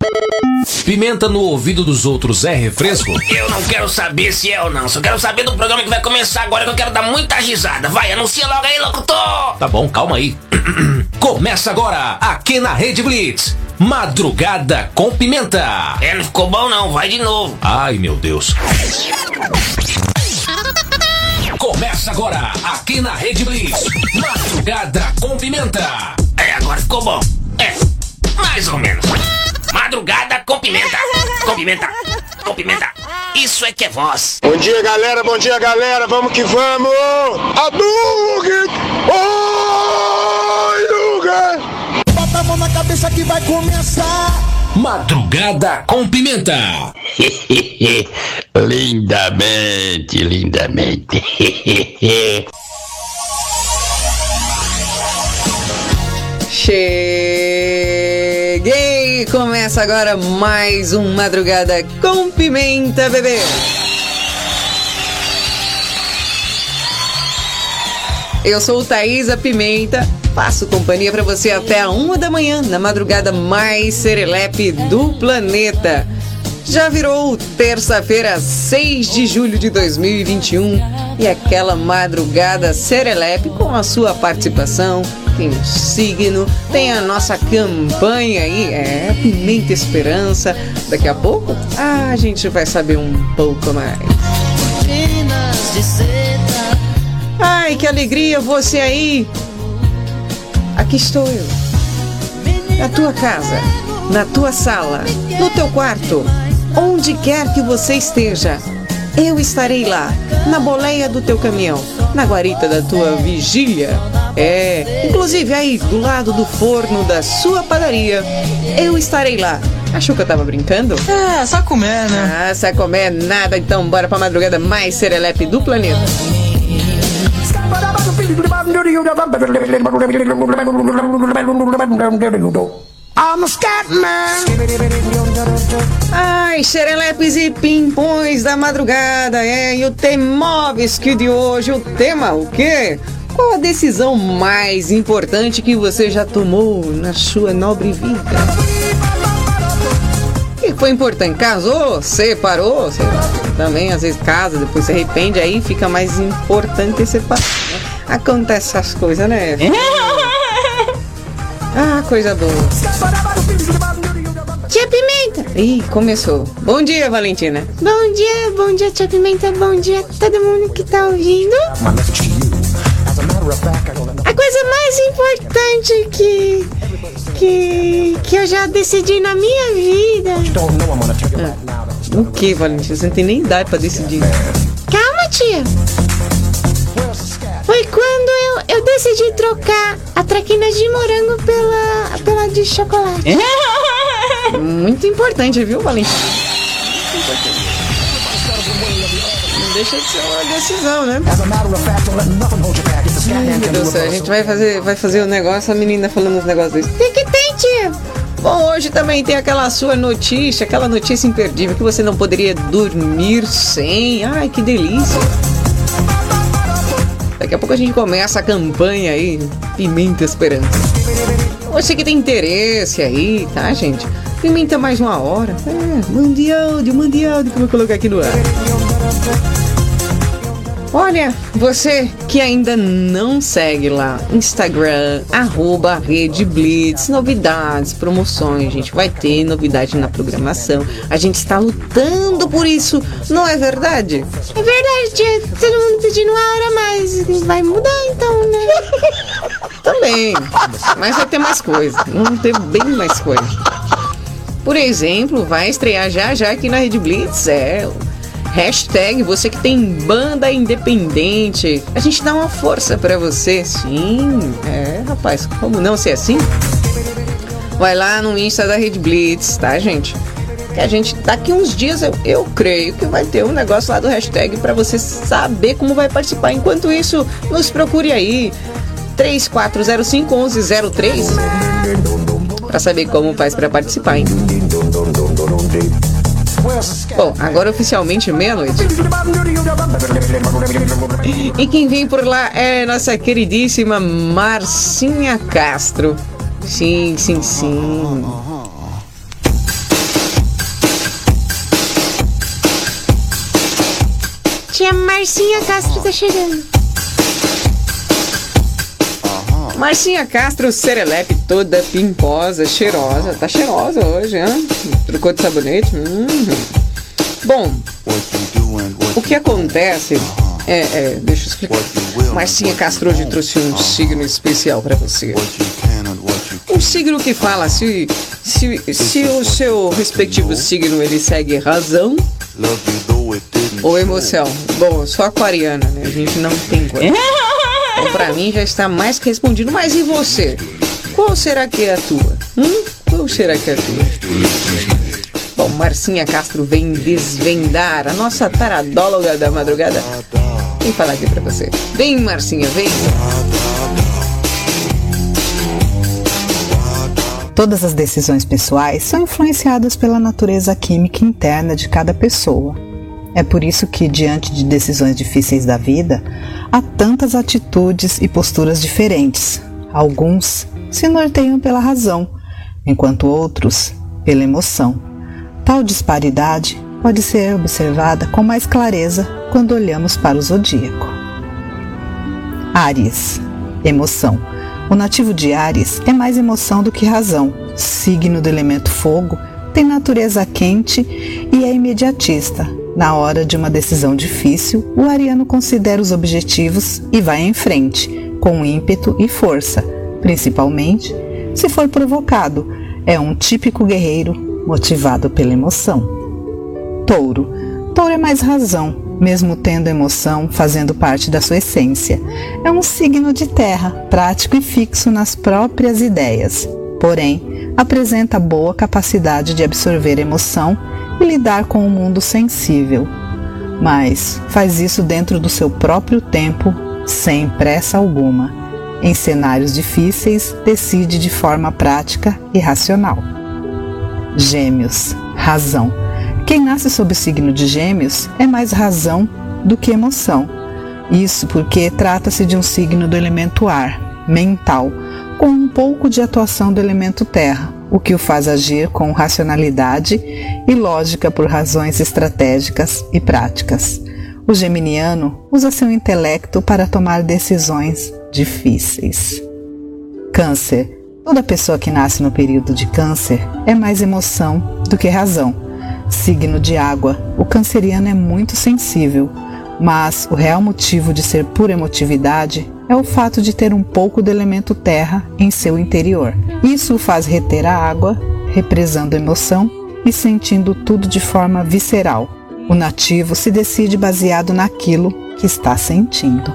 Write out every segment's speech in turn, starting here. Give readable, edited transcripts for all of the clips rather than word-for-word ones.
Pimenta no ouvido dos outros é refresco? Eu não quero saber se é ou não. Só quero saber do programa que vai começar agora, que eu quero dar muita risada. Vai, anuncia logo aí, locutor! Tá bom, calma aí. Começa agora, aqui na Rede Blitz. Madrugada com Pimenta. Não ficou bom não, vai de novo. Ai, meu Deus. Começa agora, aqui na Rede Blitz. Madrugada com Pimenta. Agora ficou bom. Mais ou menos. Madrugada com pimenta. Com pimenta. Com pimenta. Isso é que é voz. Bom dia, galera. Bom dia, galera. Vamos que vamos. Hadouken! Oi, Luga! Bota a mão na cabeça que vai começar. Madrugada com Pimenta. Lindamente, lindamente. Cheguei! Começa agora mais um Madrugada com Pimenta, bebê! Eu sou o Thaísa Pimenta, faço companhia pra você até a 1 da manhã, na madrugada mais serelepe do planeta. Já virou terça-feira, 6 de julho de 2021 e aquela madrugada serelepe com a sua participação. Tem o signo, tem a nossa campanha aí, Pimenta Esperança. Daqui a pouco a gente vai saber um pouco mais. Ai, que alegria você aí! Aqui estou eu, na tua casa, na tua sala, no teu quarto, onde quer que você esteja. Eu estarei lá, na boleia do teu caminhão, na guarita da tua vigília. Inclusive aí, do lado do forno da sua padaria, eu estarei lá. Achou que eu tava brincando? Só comer, né? Só comer nada, então bora pra madrugada mais serelepe do planeta. Ai, xerelepes e pimpões da madrugada, e o Temóveis que de hoje, o tema o quê? Qual a decisão mais importante que você já tomou na sua nobre vida? O que foi importante? Casou? Separou? Sei lá. Também às vezes casa, depois se arrepende, aí fica mais importante separar, né? Acontece essas coisas, né? Coisa boa. Tia Pimenta! Ih, começou. Bom dia, Valentina. Bom dia, Tia Pimenta. Bom dia a todo mundo que tá ouvindo. A coisa mais importante que eu já decidi na minha vida. O que, Valentina? Você não tem nem idade pra decidir. Calma, tia. Foi quando eu decidi trocar a traquinas de morango pela de chocolate. Muito importante, viu, Valentina? Não deixa de ser uma decisão, né? Meu Deus do céu, a gente vai fazer o negócio, a menina falando uns negócios desses. O que tem, tia? Bom, hoje também tem aquela sua notícia, aquela notícia imperdível que você não poderia dormir sem. Ai, que delícia. Daqui a pouco a gente começa a campanha aí, Pimenta Esperança. Você que tem interesse aí, tá, gente? Pimenta mais uma hora. Mundial, que eu vou colocar aqui no ar. Olha, você que ainda não segue lá, Instagram, @Rede Blitz, novidades, promoções, gente, vai ter novidade na programação. A gente está lutando por isso, não é verdade? É verdade, tia. Todo mundo pedindo uma hora a mais. Vai mudar então, né? Também, mas vai ter mais coisa, vamos ter bem mais coisa. Por exemplo, vai estrear já aqui na Rede Blitz, hashtag você que tem banda independente. A gente dá uma força pra você. Sim, rapaz, como não ser assim? Vai lá no Insta da Rede Blitz, tá, gente? Que a gente, daqui uns dias, eu creio que vai ter um negócio lá do hashtag pra você saber como vai participar. Enquanto isso, nos procure aí, 3405-1103, pra saber como faz pra participar, hein? Bom, agora oficialmente meia-noite. E quem vem por lá é nossa queridíssima Marcinha Castro. Sim. tia Marcinha Castro tá chegando. Marcinha Castro, serelepe, toda pimposa, cheirosa. Tá cheirosa hoje, hein? Trocou de sabonete. Bom, o que acontece deixa eu explicar. Marcinha Castro hoje trouxe um signo especial pra você. Um signo que fala se o seu respectivo signo ele segue razão ou emoção. Bom, eu sou aquariana, né? A gente não tem coisa. Então, pra mim já está mais que respondido. Mas e você? Qual será que é a tua? Qual será que é a tua? Bom, Marcinha Castro vem desvendar, a nossa taradóloga da madrugada. Vem falar aqui pra você. Vem, Marcinha, vem. Todas as decisões pessoais são influenciadas pela natureza química interna de cada pessoa. É por isso que, diante de decisões difíceis da vida, há tantas atitudes e posturas diferentes. Alguns se norteiam pela razão, enquanto outros pela emoção. Tal disparidade pode ser observada com mais clareza quando olhamos para o zodíaco. Áries, emoção. O nativo de Áries é mais emoção do que razão. Signo do elemento fogo, tem natureza quente e é imediatista. Na hora de uma decisão difícil, o ariano considera os objetivos e vai em frente, com ímpeto e força, principalmente se for provocado. É um típico guerreiro motivado pela emoção. Touro. Touro é mais razão, mesmo tendo emoção fazendo parte da sua essência. É um signo de terra, prático e fixo nas próprias ideias. Porém, apresenta boa capacidade de absorver emoção e lidar com o mundo sensível. Mas faz isso dentro do seu próprio tempo, sem pressa alguma. Em cenários difíceis, decide de forma prática e racional. Gêmeos, razão. Quem nasce sob o signo de Gêmeos é mais razão do que emoção. Isso porque trata-se de um signo do elemento ar, mental, com um pouco de atuação do elemento terra, o que o faz agir com racionalidade e lógica por razões estratégicas e práticas. O geminiano usa seu intelecto para tomar decisões difíceis. Câncer. Toda pessoa que nasce no período de Câncer é mais emoção do que razão. Signo de água, o canceriano é muito sensível, mas o real motivo de ser pura emotividade é o fato de ter um pouco do elemento terra em seu interior. Isso o faz reter a água, represando emoção e sentindo tudo de forma visceral. O nativo se decide baseado naquilo que está sentindo.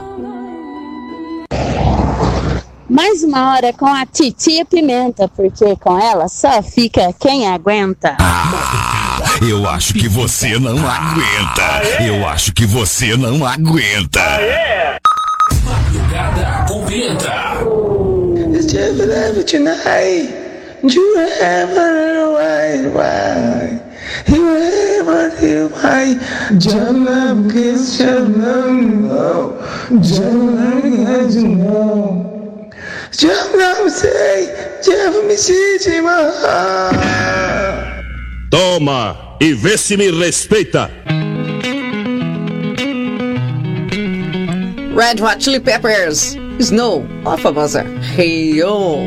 Mais uma hora com a Titia Pimenta, porque com ela só fica quem aguenta. Eu acho que você não aguenta. Eu acho que você não aguenta. Madrugada com Pimenta. Toma e vê se me respeita. Red Hot Chili Peppers, Snow, a famosa Hey Yo.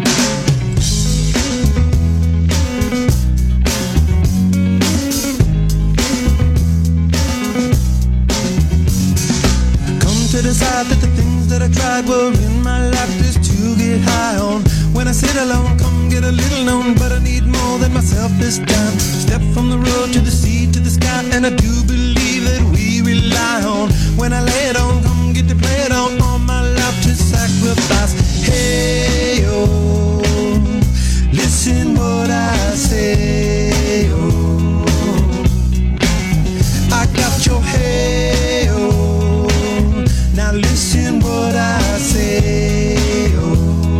Come to decide that the things that I tried were in my life just to get high on. When I sit alone, come get a little known, but I need more than myself this time. Step from the road to the sea to the sky, and I do believe that we rely on. When I lay it on, come get to play it on, all my life to sacrifice. Hey, yo, listen what I say, oh. I got your hey, oh, now listen what I say, oh.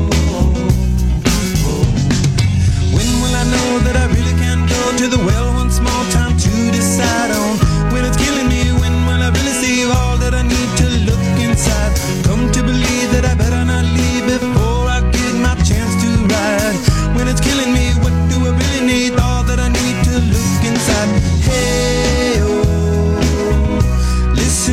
Know that I really can go to the well once more time to decide on when it's killing me, when will I really see all that I need to look inside. Come to believe that I better not leave before I get my chance to ride. When it's killing me, what do I really need? All that I need to look inside. Hey, oh, listen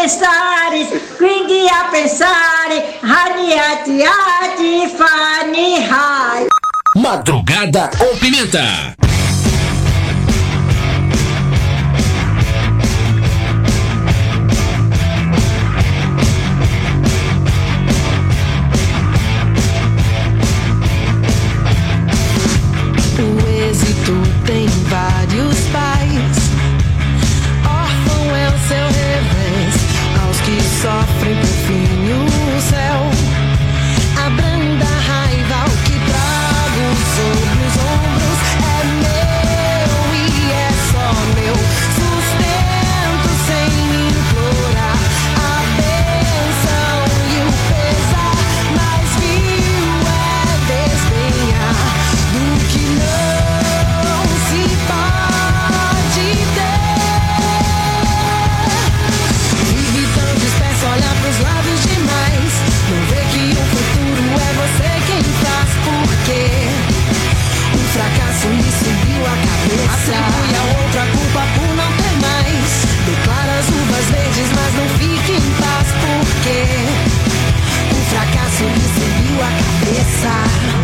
pensares, quindi a pensare, radiati, fani, rai. Madrugada com Pimenta. O êxito tem vários pais. Órfão é o seu revés. Aos que sofrem por fim o céu abranda a raiva. O que trago sobre os ombros é meu e é só meu. Sustento sem implorar a bênção e o pesar. Mais vil é desdenhar do que não se pode ter. Vive tão disperso, olha pros lados demais. Não vê que o futuro é você quem faz. Porque um fracasso lhe subiu a cabeça. Atribui a outra culpa por não ter mais. Declara as uvas verdes, mas não fique em paz. Porque um fracasso lhe subiu a cabeça.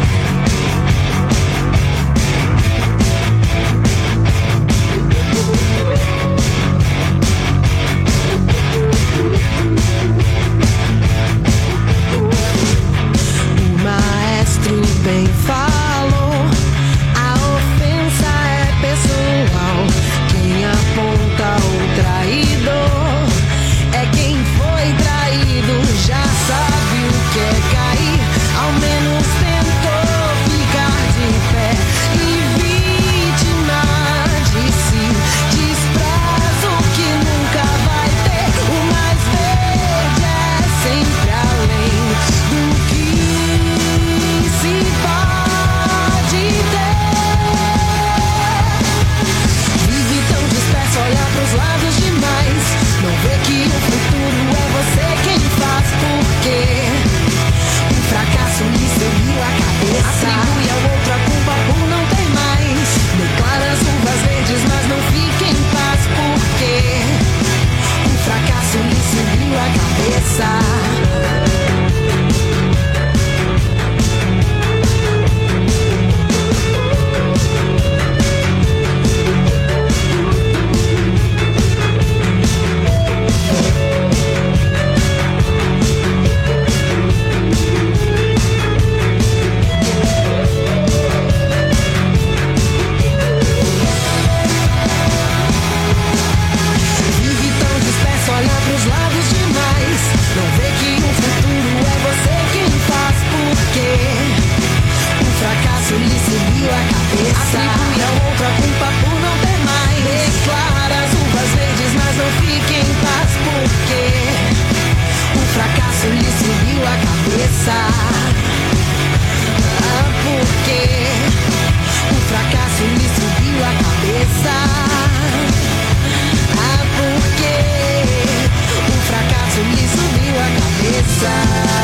O maestro bem falou, a ofensa é pessoal. Quem aponta o traidor é quem foi traído. Já sabe o que é cair, ao menos tentou ficar de pé. E vítima de si, despreza o que nunca vai ter. O mais verde é sempre além do que se pode ter. Vive tão disperso, olha pros lados demais. Não vê que o futuro é você quem faz. Porque um fracasso lhe subiu a cabeça. Atribui a outra culpa por não ter mais. Declara as uvas verdes, mas não fique em paz. Porque um fracasso lhe subiu a cabeça. Vive tão disperso, olha pros lados demais. Não vê que o futuro é você quem faz. Porque um fracasso lhe subiu a cabeça. Atribui a outra culpa por não ter mais. Declara as uvas verdes, mas não fique em paz. Porque um fracasso lhe subiu a cabeça. Porque um fracasso lhe subiu a cabeça. Porque um fracasso lhe subiu a cabeça.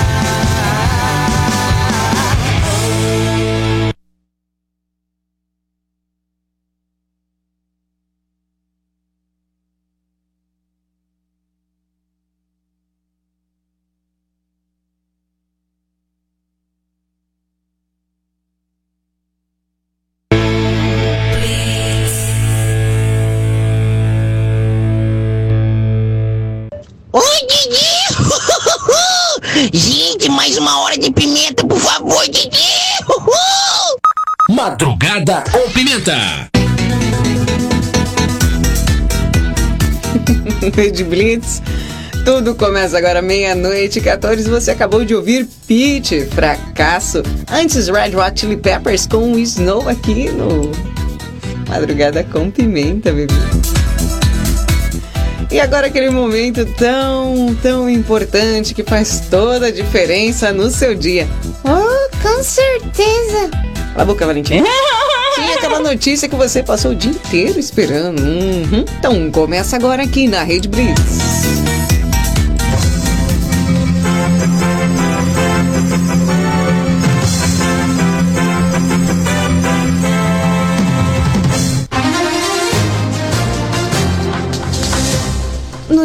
Oi, Didi! Gente, mais uma hora de pimenta, por favor, Didi! Madrugada com Pimenta. Rede Blitz, tudo começa agora 00:14. Você acabou de ouvir Pitty, Fracasso. Antes, Red Hot Chili Peppers com o Snow aqui no Madrugada com Pimenta, bebê. E agora aquele momento tão importante que faz toda a diferença no seu dia. Oh, com certeza. Cala a boca, Valentina. Tinha aquela notícia que você passou o dia inteiro esperando. Então começa agora aqui na Rede Blitz.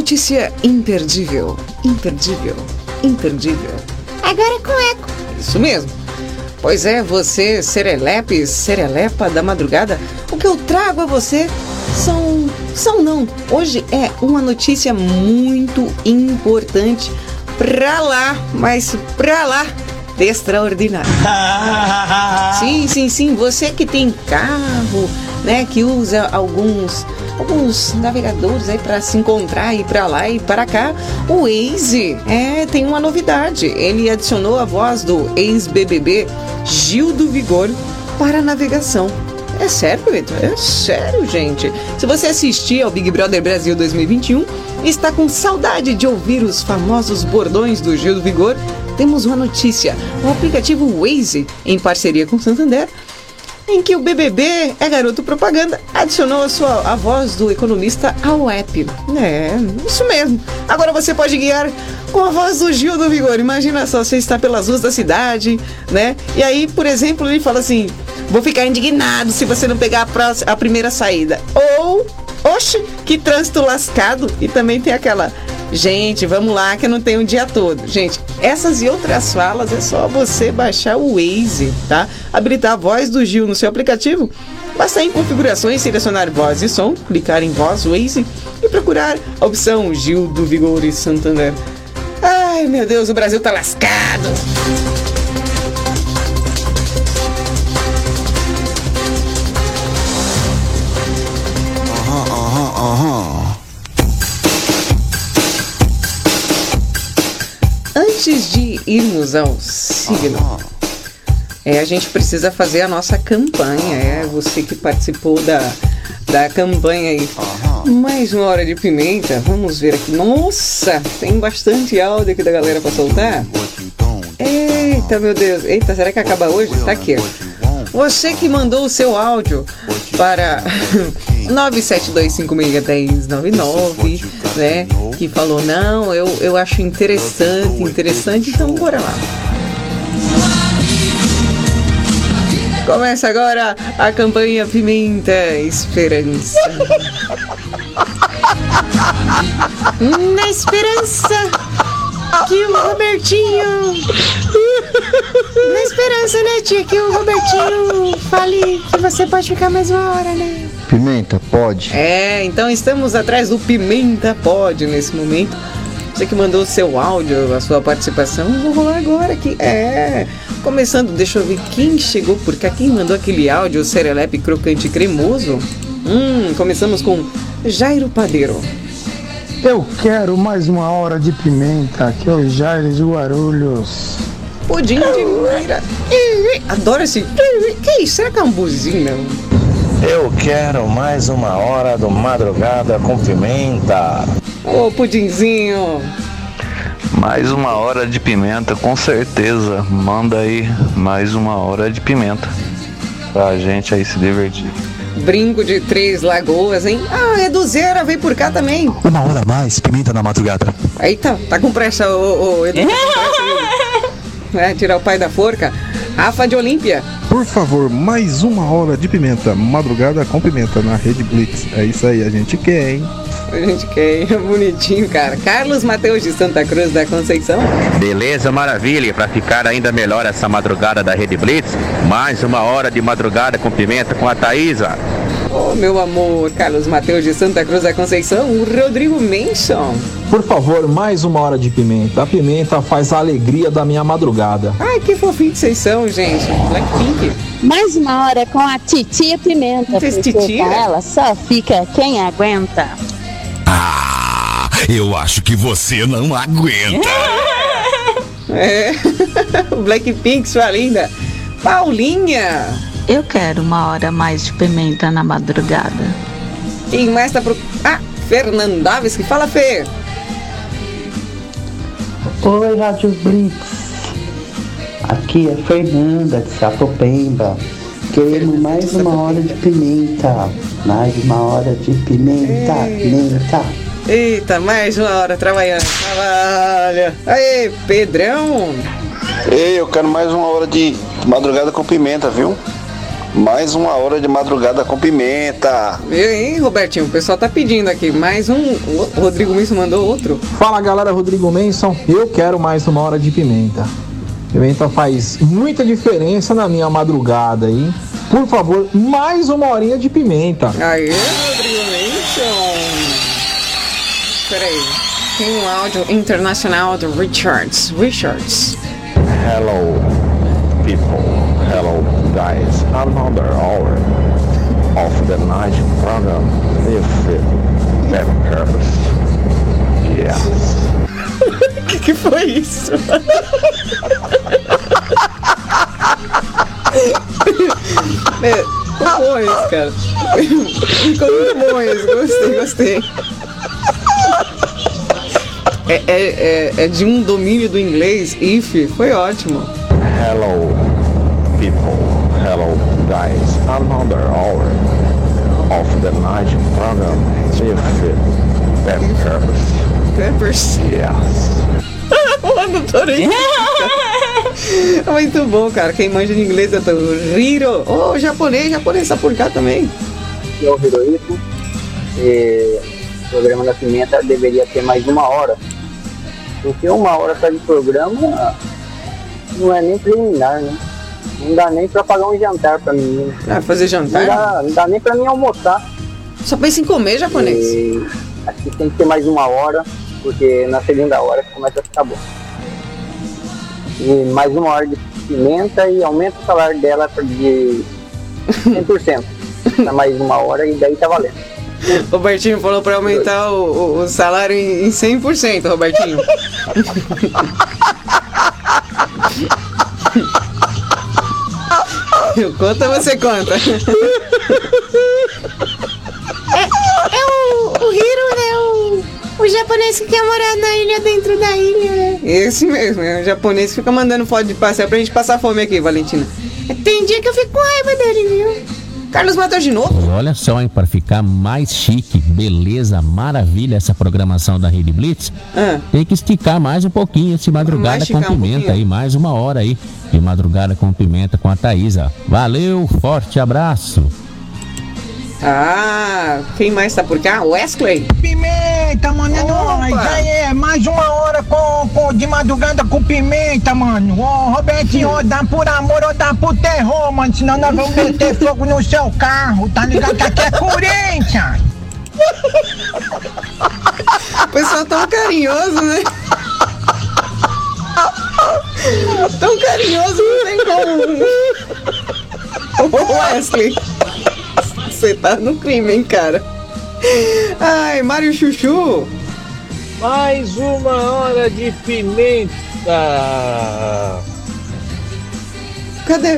notícia imperdível. Imperdível. Imperdível. Agora com eco. Isso mesmo. Pois é, você, serelepe, serelepa da madrugada, o que eu trago a você não. Hoje é uma notícia muito importante pra lá, mas pra lá de extraordinário. Sim, você que tem carro, né, que usa alguns navegadores aí para se encontrar, ir para lá e para cá, o Waze tem uma novidade. Ele adicionou a voz do ex-BBB Gil do Vigor para a navegação. É sério, Vitor? É sério, gente. Se você assistir ao Big Brother Brasil 2021 e está com saudade de ouvir os famosos bordões do Gil do Vigor, temos uma notícia. O aplicativo Waze, em parceria com Santander, em que o BBB é garoto propaganda, adicionou a voz do economista ao app. É, isso mesmo. Agora você pode guiar com a voz do Gil do Vigor. Imagina só, você está pelas ruas da cidade, né? E aí, por exemplo, ele fala assim: vou ficar indignado se você não pegar a primeira saída. Ou, oxe, que trânsito lascado. E também tem aquela: gente, vamos lá que eu não tenho o dia todo. Gente, essas e outras falas é só você baixar o Waze, tá? Habilitar a voz do Gil no seu aplicativo. Basta ir em configurações, selecionar voz e som, clicar em voz Waze e procurar a opção Gil do Vigor e Santander. Ai, meu Deus, o Brasil tá lascado. Antes de irmos ao signo, a gente precisa fazer a nossa campanha. Você que participou da campanha aí. Mais uma hora de pimenta. Vamos ver aqui. Nossa, tem bastante áudio aqui da galera pra soltar. Eita, meu Deus. Eita, será que acaba hoje? Tá aqui, ó. Você que mandou o seu áudio para 972561099, né? Que falou, não, eu acho interessante, então bora lá. Começa agora a campanha Pimenta Esperança. Na esperança que o Robertinho... Na esperança, né, tia, que o Robertinho fale que você pode ficar mais uma hora, né? Pimenta, pode. Então estamos atrás do Pimenta Pode nesse momento. Você que mandou o seu áudio, a sua participação, vou rolar agora aqui. Começando, deixa eu ver quem chegou por cá, quem mandou aquele áudio, o serelepe crocante cremoso. Começamos com Jairo Padeiro. Eu quero mais uma hora de pimenta, aqui é o Jairo de Guarulhos. Pudim de Mira. Adoro esse... Que isso? Será que é um buzina? Eu quero mais uma hora do Madrugada com Pimenta. Ô, pudinzinho. Mais uma hora de pimenta, com certeza. Manda aí mais uma hora de pimenta pra gente aí se divertir. Brinco de Três Lagoas, hein? É do Zera, vem por cá também. Uma hora a mais, pimenta na madrugada. Eita, tá com pressa, ô Edu. Tirar o pai da forca. Rafa de Olímpia. Por favor, mais uma hora de pimenta. Madrugada com pimenta na Rede Blitz. É isso aí, a gente quer, hein? A gente quer, bonitinho, cara. Carlos Mateus de Santa Cruz da Conceição. Beleza, maravilha. Pra ficar ainda melhor essa madrugada da Rede Blitz, mais uma hora de Madrugada com Pimenta com a Thaísa. Oh, meu amor, Carlos Mateus de Santa Cruz da Conceição, o Rodrigo Menson. Por favor, mais uma hora de pimenta. A pimenta faz a alegria da minha madrugada. Ai, que fofinho que vocês são, gente. Blackpink. Mais uma hora com a Titia Pimenta, porque com ela só fica quem aguenta. Eu acho que você não aguenta. Blackpink, sua linda. Paulinha. Eu quero uma hora mais de pimenta na madrugada. Quem mais tá pro... Fernandoves, que fala, Fê. Oi, Rádio Blitz. Aqui é Fernanda de Sapopemba. Queremos mais uma hora de pimenta. Mais uma hora de pimenta. Eita, mais uma hora trabalhando. Trabalha. Aê, Pedrão. Ei, eu quero mais uma hora de Madrugada com Pimenta, viu? Mais uma hora de madrugada com pimenta. E aí, Robertinho, o pessoal tá pedindo aqui. Mais um. O Rodrigo Menson mandou outro. Fala, galera, Rodrigo Menson. Eu quero mais uma hora de pimenta. Pimenta faz muita diferença na minha madrugada aí. Por favor, mais uma horinha de pimenta. Aê, Rodrigo Menson. Peraí. Tem um áudio internacional do Richards. Hello, people. Hello, guys. Another hour of the night program with that purpose. Yes. Que foi isso? Ficou bom isso, cara. Ficou muito bom isso. Gostei. É de um domínio do inglês, if, foi ótimo. Hello, people. Hello, guys. Another hour of the night program with that purpose. Peppers? Yes. Mano, adorei. Muito bom, cara. Quem manja de inglês é o Hiro. Oh, japonês tá por cá também. Aqui é o Hirohito. O programa da Pimenta deveria ter mais uma hora. Porque uma hora só de programa não é nem preliminar, né? Não dá nem pra pagar um jantar pra menina. Ah, fazer jantar? Não dá nem pra mim almoçar. Só pensa em comer, japonês. Acho que tem que ter mais uma hora, porque na segunda hora começa a ficar bom. E mais uma hora de pimenta e aumenta o salário dela de 100%. Pra mais uma hora e daí tá valendo. Robertinho falou pra aumentar o salário em 100%, Robertinho. Conta, você conta. O Hiro, né? O japonês que quer morar na ilha dentro da ilha, né? Esse mesmo, é o japonês que fica mandando foto de passeio pra gente passar fome aqui, Valentina. Tem dia que eu fico com raiva dele, viu? Carlos Matou de novo? Olha só, hein, para ficar mais chique, beleza, maravilha essa programação da Rede Blitz, tem que esticar mais um pouquinho esse Madrugada com Pimenta aí, mais uma hora aí de Madrugada com Pimenta com a Thaísa. Valeu, forte abraço. Ah, quem mais tá por cá? Wesley? Pimenta, mano, é nóis. Aí, mais uma hora de madrugada com pimenta, mano. Ô, Robertinho, dá por amor ou dá por terror, mano. Senão nós vamos meter fogo no seu carro, tá ligado? Que aqui é Corinthians. O pessoal tão carinhoso, né? Tão carinhoso, não tem como. Ô, Wesley. Você tá no crime, hein, cara? Ai, Mário Chuchu. Mais uma hora de pimenta. Cadê?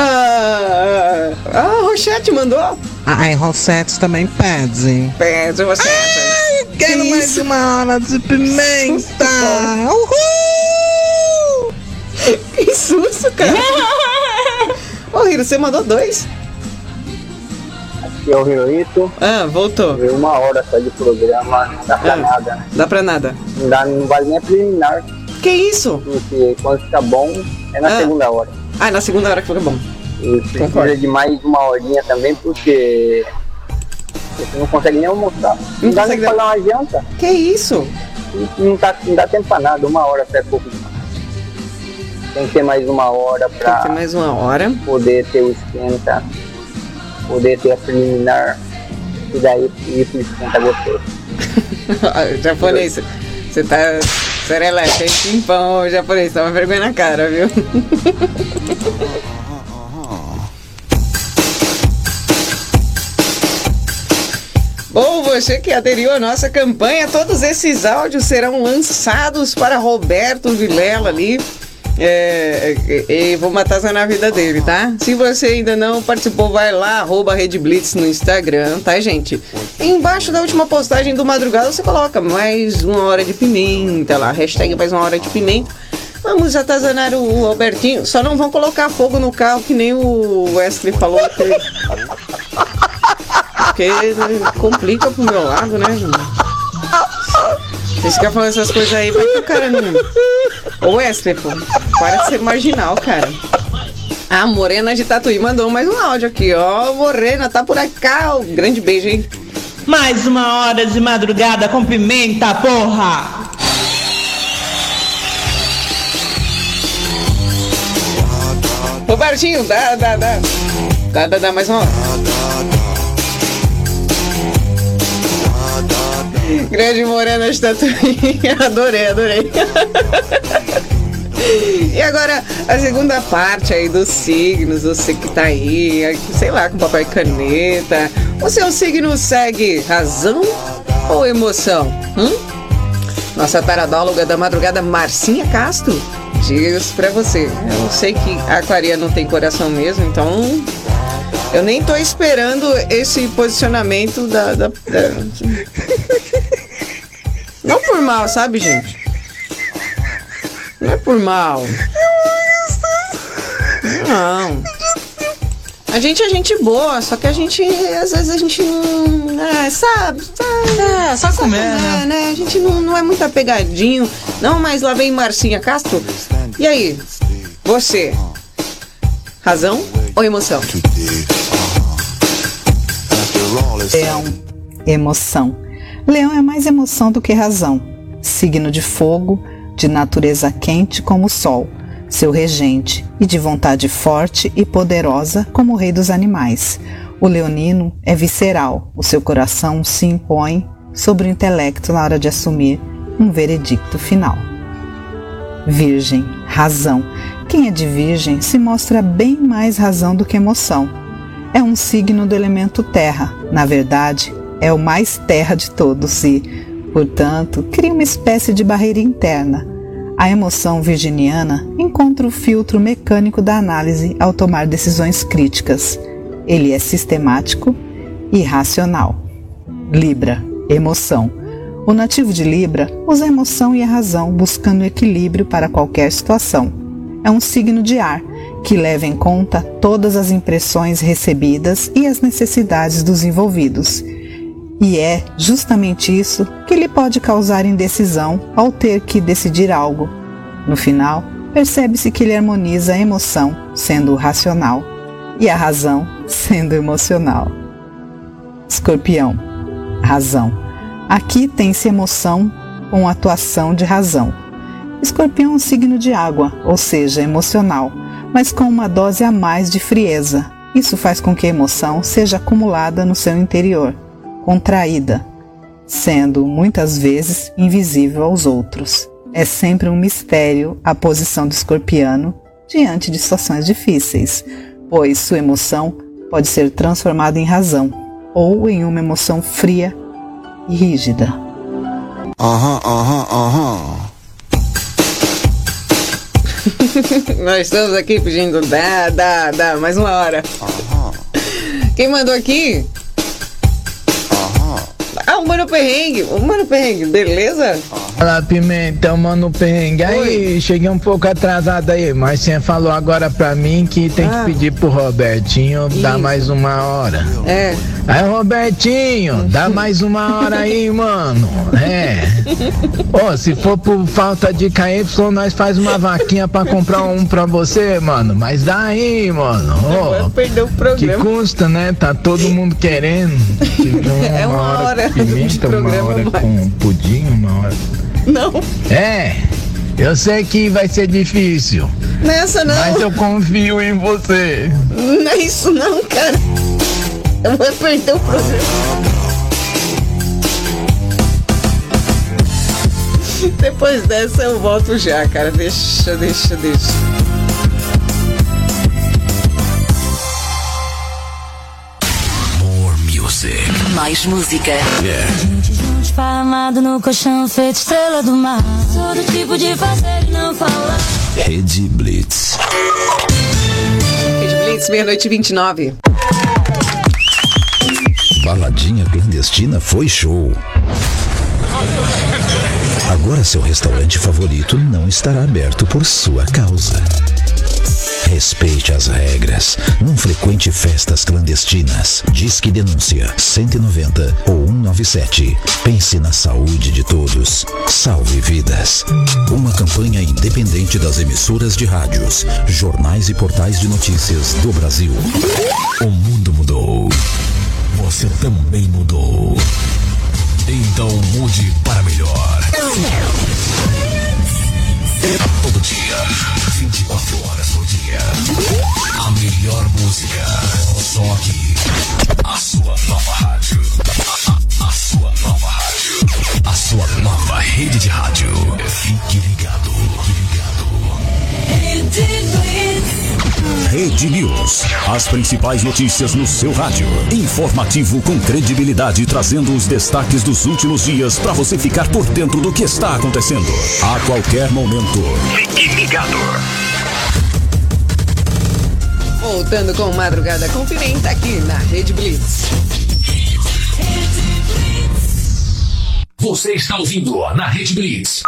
Rochete mandou. Ai, Rochete também pede. Pede, Rochete. Ai, quero mais uma hora de pimenta. Uhul! Que susto, cara. Ô, Hiro, você mandou 2. Aqui é o Hirohito. Voltou. Uma hora só de programa, não dá pra nada, né? Dá pra nada. Não vale nem a preliminar. Que isso? Porque quando fica bom, é na segunda hora. Ah, é na segunda hora que fica bom. E precisa de mais uma horinha também, porque você não consegue nem almoçar. Não dá nem pra pagar uma janta. Que isso? Não dá tempo pra nada, uma hora até pouco demais. Tem que ter mais uma hora pra... Tem que ter mais uma hora. Poder ter o esquenta, poder ter a preliminar, e daí ir pro esquenta gostoso. Japonês, você tá sereleca, hein? Pimpão, japonês, tá uma vergonha na cara, viu? Bom, você que aderiu à nossa campanha, todos esses áudios serão lançados para Roberto Vilela ali. E vou matar na vida dele, tá? Se você ainda não participou, vai lá, @RedeBlitz no Instagram, tá, gente? Embaixo da última postagem do Madrugada você coloca mais uma hora de pimenta lá, hashtag mais uma hora de pimenta. Vamos atazanar o Robertinho. Só não vão colocar fogo no carro que nem o Wesley falou que... Porque complica pro meu lado, né? Vocês ficam falando essas coisas aí, vai que o cara não... Ô Wesley, pô, para de ser marginal, cara. A Morena de Tatuí mandou mais um áudio aqui, ó. Morena, tá por cá. Um grande beijo, hein? Mais uma hora de madrugada com pimenta, porra! Robertinho, dá mais uma hora. Grande Morena de Tatuí. Adorei. E agora, a segunda parte aí dos signos, você que tá aí, sei lá, com papel e caneta. O seu signo segue razão ou emoção? Nossa taradóloga da madrugada, Marcinha Castro, diz pra você. Eu sei que a aquariana não tem coração mesmo, então eu nem tô esperando esse posicionamento da... Não por mal, sabe, gente? Não é por mal. Não. A gente é gente boa, só que a gente, às vezes a gente não... sabe? Só comer, né? A gente não é muito apegadinho. Não, mas lá vem Marcinha Castro. E aí? Você? Razão ou emoção? Leão. Emoção. Leão é mais emoção do que razão. Signo de fogo, de natureza quente como o sol, seu regente, e de vontade forte e poderosa como o rei dos animais. O leonino é visceral, o seu coração se impõe sobre o intelecto na hora de assumir um veredicto final. Virgem, razão. Quem é de Virgem se mostra bem mais razão do que emoção. É um signo do elemento terra, na verdade, é o mais terra de todos e, portanto, cria uma espécie de barreira interna. A emoção virginiana encontra o filtro mecânico da análise ao tomar decisões críticas. Ele é sistemático e racional. Libra, emoção. O nativo de Libra usa a emoção e a razão buscando equilíbrio para qualquer situação. É um signo de ar que leva em conta todas as impressões recebidas e as necessidades dos envolvidos. E é justamente isso que lhe pode causar indecisão ao ter que decidir algo. No final, percebe-se que ele harmoniza a emoção, sendo racional, e a razão, sendo emocional. Escorpião, razão. Aqui tem-se emoção com atuação de razão. Escorpião é um signo de água, ou seja, emocional, mas com uma dose a mais de frieza. Isso faz com que a emoção seja acumulada no seu interior, contraída, sendo muitas vezes invisível aos outros. É sempre um mistério a posição do escorpiano diante de situações difíceis, pois sua emoção pode ser transformada em razão ou em uma emoção fria e rígida. Nós estamos aqui pedindo dá mais uma hora. Quem mandou aqui? O Mano Perrengue, beleza? Fala, Pimenta, Mano Perrengue. Aí, cheguei um pouco atrasado aí, mas você falou agora pra mim que tem que pedir pro Robertinho dar mais uma hora. É. Aí, Robertinho, dá mais uma hora aí, mano. Se for por falta de KY, nós faz uma vaquinha pra comprar um pra você, mano. Mas dá aí, mano. Perdeu o programa. Que custa, né? Tá todo mundo querendo. É uma hora de programa, uma hora mais. com pudim, uma hora... Não. Eu sei que vai ser difícil. Nessa não. Mas eu confio em você. Não é isso não, cara. Eu vou perder o programa. Depois dessa eu volto já, cara. Deixa. Mais música. Gente juntos parado no colchão, feito estrela do mar. Todo tipo de fazer e não falar. Rede Blitz. Rede Blitz, 00:29. Baladinha clandestina foi show. Agora seu restaurante favorito não estará aberto por sua causa. Respeite as regras. Não frequente festas clandestinas. Disque denúncia 190 ou 197. Pense na saúde de todos. Salve vidas. Uma campanha independente das emissoras de rádios, jornais e portais de notícias do Brasil. O mundo mudou. Você também mudou. Então mude para melhor. Todo dia, 24 horas por dia. A melhor música. Só aqui. A sua nova rádio. A sua nova rádio. A sua nova rede de rádio. Fique ligado. Rede News. As principais notícias no seu rádio. Informativo com credibilidade, trazendo os destaques dos últimos dias para você ficar por dentro do que está acontecendo. A qualquer momento. Fique ligado. Voltando com Madrugada com Pimenta aqui na Rede Blitz. Você está ouvindo na Rede Blitz.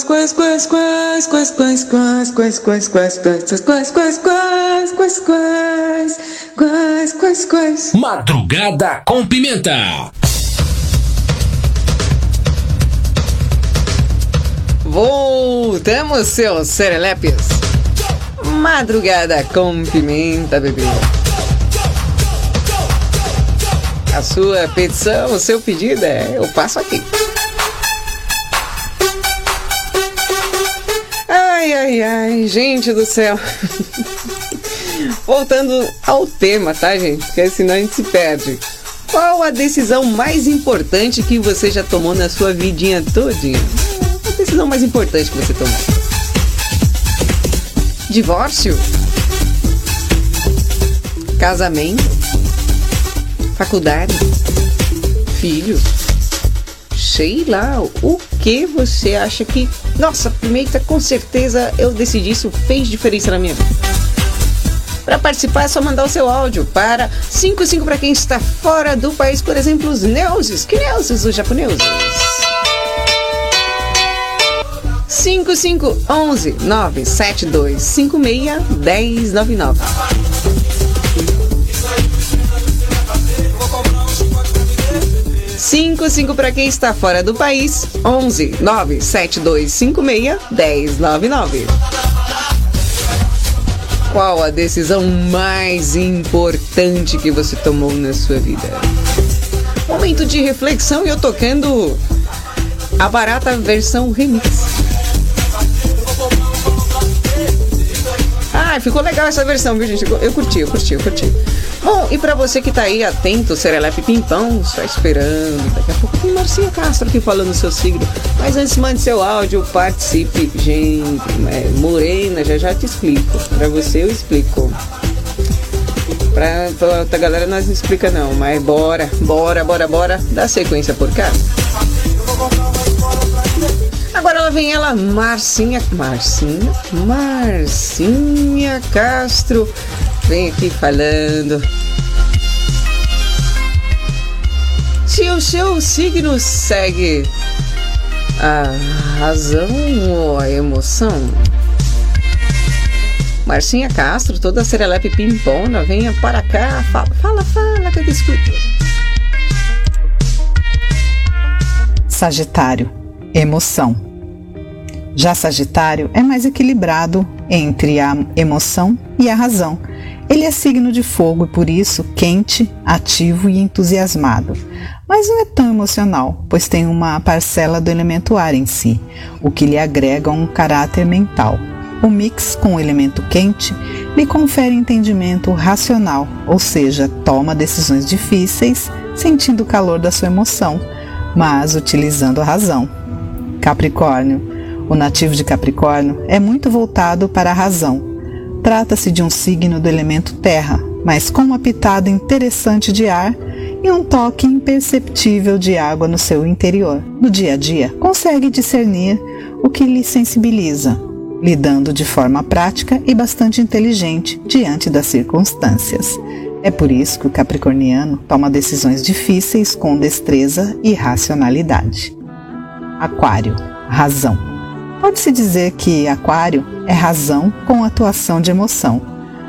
Madrugada com Pimenta. Voltamos, seus serelepes. Madrugada com Pimenta, bebê. A sua petição, o seu pedido eu passo aqui. Ai, gente do céu. Voltando ao tema, tá, gente? Porque senão a gente se perde. Qual a decisão mais importante que você já tomou na sua vidinha todinha? A decisão mais importante que você tomou? Divórcio? Casamento? Faculdade? Filho? Sei lá, o que você acha que... Nossa, Pimenta, com certeza eu decidi, isso fez diferença na minha vida. Para participar é só mandar o seu áudio para 55 para quem está fora do país, por exemplo, os neuses. Que neuses? Os japoneses. 5511 97256 1099. 55 para quem está fora do país, 11 97256 1099. Qual a decisão mais importante que você tomou na sua vida? Momento de reflexão e eu tocando a barata versão remix. Ah, ficou legal essa versão, viu, gente? Eu curti. Bom, e pra você que tá aí atento, Serelepe Pimpão, só esperando. Daqui a pouco tem Marcinha Castro aqui falando o seu signo. Mas antes, mande seu áudio, participe. Gente, Morena, já te explico. Pra você eu explico. Pra outra galera nós não explica não. Mas bora. Dá sequência por cá. Agora ela vem ela, Marcinha Castro. Vem aqui falando. Se o seu signo segue a razão ou a emoção? Marcinha Castro, toda serelepe pimpona, venha para cá, fala que eu te escuto. Sagitário, emoção. Já Sagitário é mais equilibrado entre a emoção e a razão. Ele é signo de fogo e por isso quente, ativo e entusiasmado. Mas não é tão emocional, pois tem uma parcela do elemento ar em si, o que lhe agrega um caráter mental. O mix com o elemento quente lhe confere entendimento racional, ou seja, toma decisões difíceis sentindo o calor da sua emoção, mas utilizando a razão. Capricórnio. O nativo de Capricórnio é muito voltado para a razão. Trata-se de um signo do elemento terra, mas com uma pitada interessante de ar e um toque imperceptível de água no seu interior. No dia a dia, consegue discernir o que lhe sensibiliza, lidando de forma prática e bastante inteligente diante das circunstâncias. É por isso que o capricorniano toma decisões difíceis com destreza e racionalidade. Aquário, razão. Pode-se dizer que Aquário é razão com atuação de emoção.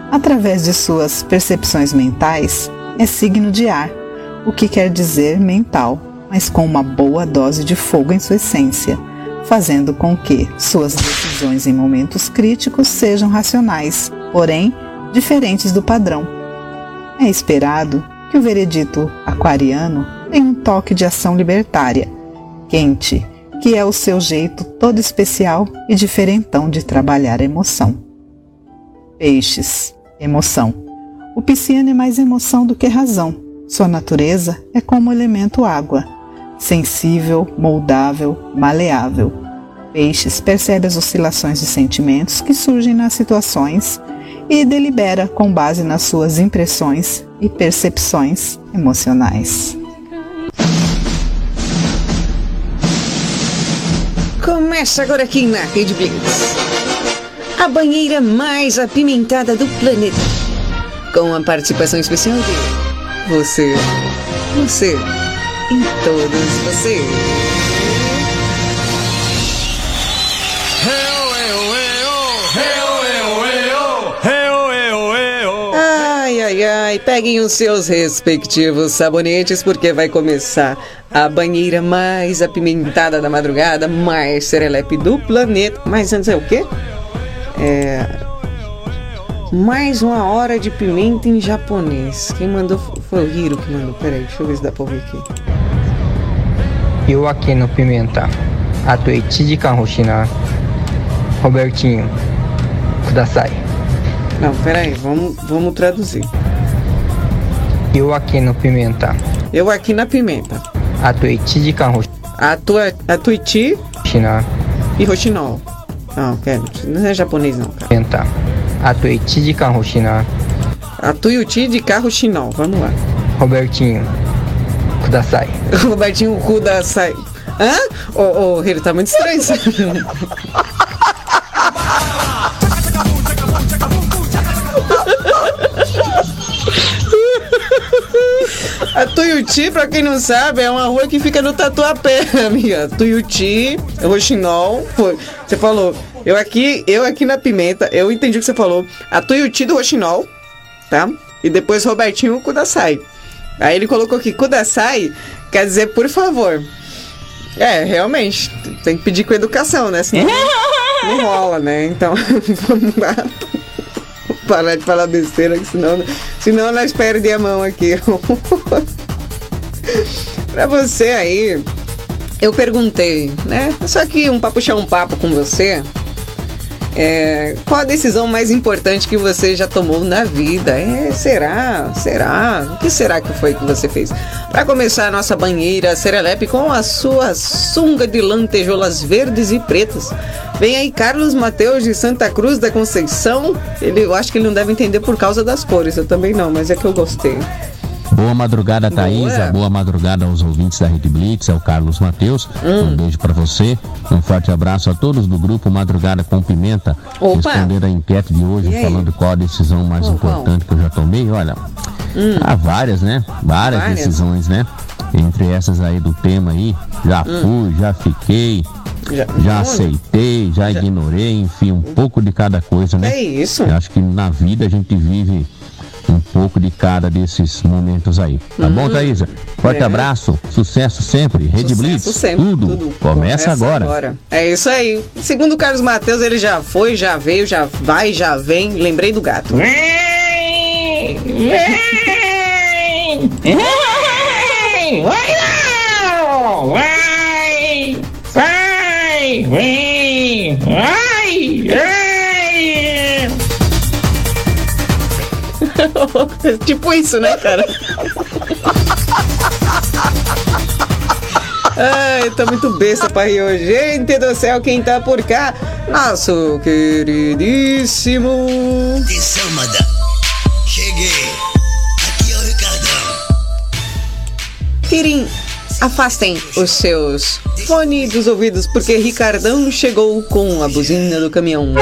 Através de suas percepções mentais, é signo de ar, o que quer dizer mental, mas com uma boa dose de fogo em sua essência, fazendo com que suas decisões em momentos críticos sejam racionais, porém diferentes do padrão. É esperado que o veredito aquariano tenha um toque de ação libertária, quente, que é o seu jeito todo especial e diferentão de trabalhar a emoção. Peixes, emoção. O pisciano é mais emoção do que razão. Sua natureza é como o elemento água, sensível, moldável, maleável. Peixes percebe as oscilações de sentimentos que surgem nas situações e delibera com base nas suas impressões e percepções emocionais. Começa agora aqui na Rede Blitz, a banheira mais apimentada do planeta, com a participação especial de você e todos vocês. Ai, peguem os seus respectivos sabonetes, porque vai começar a banheira mais apimentada da madrugada, mais serelepe do planeta. Mas antes é o quê? Mais uma hora de pimenta em japonês. Quem mandou foi o Hiro que mandou. Peraí, deixa eu ver se dá pra ouvir aqui. Eu aqui no Pimenta, atuei de Kahoshina, Robertinho, Kudasai. Não, peraí, vamos traduzir. Eu aqui no Pimenta. Eu aqui na Pimenta. Atuei de Kahoshina. Atuichi China e Rochinol. Não, não é japonês não, cara. Pimenta. Atuei de Kahoshina. Atuichi de Kahoshina. Vamos lá. Robertinho, Kudasai. Robertinho Kudasai. Hã? Ô, Hiro, tá muito estranho isso. A Tuiuti, pra quem não sabe, é uma rua que fica no Tatuapé, amiga. Tuiuti, Rochinol. Você falou, eu aqui na Pimenta, eu entendi o que você falou. A Tuiuti do Rochinol, tá? E depois Robertinho Kudasai. Aí ele colocou aqui, Kudasai quer dizer por favor. Realmente, tem que pedir com educação, né? Senão não rola, né? Então, vamos lá. Parar de falar besteira, senão nós perdemos a mão aqui. Pra você aí, eu perguntei, né? Só que puxar um papo com você. Qual a decisão mais importante que você já tomou na vida? Será? O que será que foi que você fez? Para começar a nossa banheira serelepe com a sua sunga de lantejoulas verdes e pretas, vem aí Carlos Mateus de Santa Cruz da Conceição. Eu acho que ele não deve entender por causa das cores, eu também não, mas é que eu gostei. Boa madrugada, Thaísa. Boa madrugada aos ouvintes da Rede Blitz. É o Carlos Mateus. Um beijo pra você. Um forte abraço a todos do grupo Madrugada com Pimenta. Responder a enquete de hoje, falando qual a decisão mais importante que eu já tomei. Olha, há várias, né? Várias decisões, né? Entre essas aí do tema aí, já fui, já fiquei, já aceitei, já ignorei, enfim, um pouco de cada coisa, né? É isso. Eu acho que na vida a gente vive um pouco de cada desses momentos aí. Tá bom, Thaísa? Forte abraço, sucesso sempre. Rede Blitz, sempre, tudo começa agora. É isso aí. Segundo o Carlos Mateus, ele já foi, já veio, já vai, já vem. Lembrei do gato. Tipo isso, né, cara? Ai, tô muito besta pra rir hoje. Gente do céu, quem tá por cá? Nosso queridíssimo... Atenção, madame. Cheguei. Aqui é o Ricardão. Tirem, afastem os seus fones dos ouvidos, porque Ricardão chegou com a buzina do caminhão.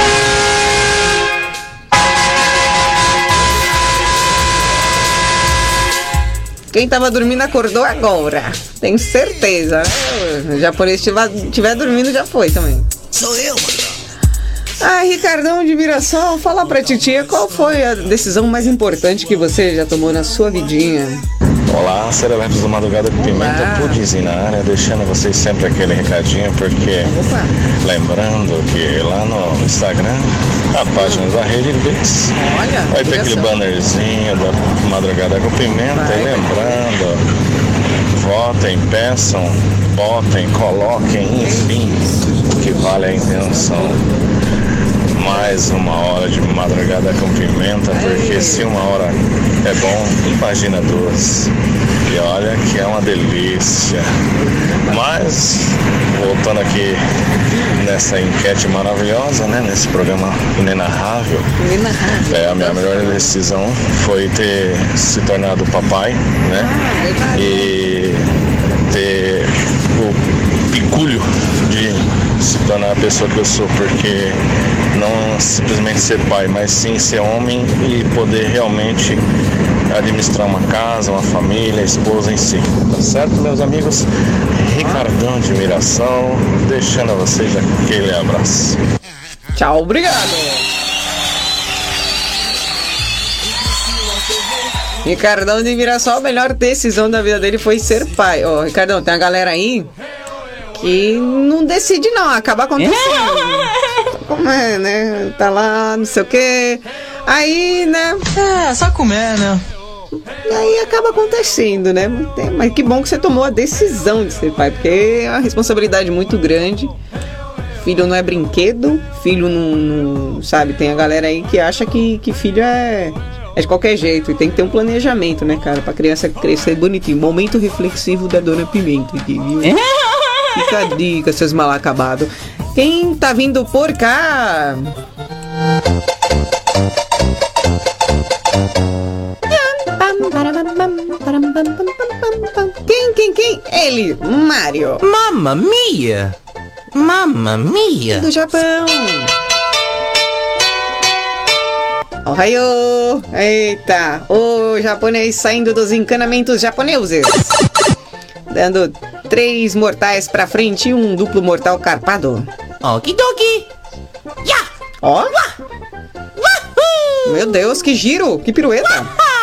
Quem tava dormindo acordou agora. Tenho certeza, né? O japonês estiver dormindo já foi também. Sou eu, mano. Ricardão de Mirassol, fala pra titia qual foi a decisão mais importante que você já tomou na sua vidinha. Olá, Serelepes do Madrugada com Pimenta, Pudizinho na área, deixando vocês sempre aquele recadinho, porque lembrando que lá no Instagram, a página da Rede Blitz, vai ter aquele bannerzinho da Madrugada com Pimenta, e lembrando, votem, peçam, botem, coloquem, enfim, o que vale a intenção. Mais uma hora de Madrugada com Pimenta, porque se uma hora é bom, imagina duas. E olha que é uma delícia. Mas, voltando aqui nessa enquete maravilhosa, né? Nesse programa inenarrável. A minha melhor decisão foi ter se tornado papai, né? E ter o piculho de se tornar a pessoa que eu sou, porque não simplesmente ser pai, mas sim ser homem e poder realmente administrar uma casa, uma família, a esposa em si. Tá certo, meus amigos? Ricardão de Mirassol, deixando a vocês aquele abraço. Tchau, obrigado. Ricardão de Mirassol, a melhor decisão da vida dele foi ser pai. Ó, Ricardão, tem uma galera aí que não decide não, acaba acontecendo. Como é, né? Tá lá, não sei o quê. Aí, né? Só comer, né? Aí acaba acontecendo, né? Mas que bom que você tomou a decisão de ser pai, porque é uma responsabilidade muito grande. Filho não é brinquedo, filho não sabe, tem a galera aí que acha que filho é de qualquer jeito, e tem que ter um planejamento, né, cara, pra criança crescer bonitinho. Momento reflexivo da Dona Pimenta aqui, viu? Fica a dica, seus mal acabados. Quem tá vindo por cá? Quem? Ele, Mário. Mamma mia! Mamma mia! Do Japão. Ohayou! Eita! O japonês saindo dos encanamentos japoneses. Dando 3 mortais pra frente e um duplo mortal carpado. Okidoki! Ya! Ó! Meu Deus, que giro! Que pirueta!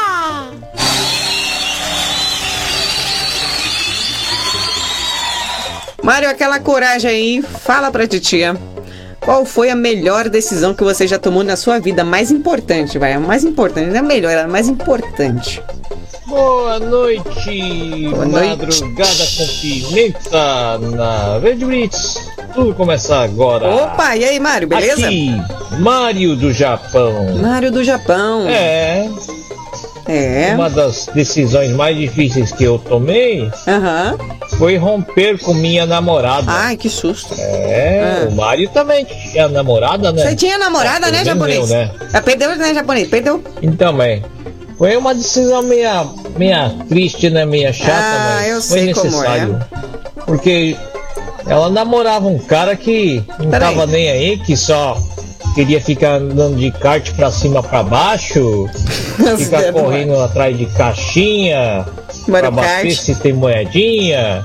Mário, aquela coragem aí, fala pra titia. Qual foi a melhor decisão que você já tomou na sua vida? Mais importante, vai. A mais importante, não é melhor, é a mais importante. Boa noite. Boa noite. Madrugada com Pimenta na Red Blitz. Tudo começa agora. Opa, e aí, Mário, beleza? Aqui, Mário do Japão. Mário do Japão. É. Uma das decisões mais difíceis que eu tomei foi romper com minha namorada. Ai, que susto. O Mário também tinha namorada, né? Você tinha namorada, né, japonês? Eu, né? Perdeu, né, japonês? Perdeu? Então, mãe, foi uma decisão meia triste, né? Meia chata, mas eu foi sei necessário. como é. Porque ela namorava um cara que não tava nem aí, que só queria ficar andando de kart pra cima pra baixo, ficar correndo atrás de caixinha, pra bater se tem moedinha.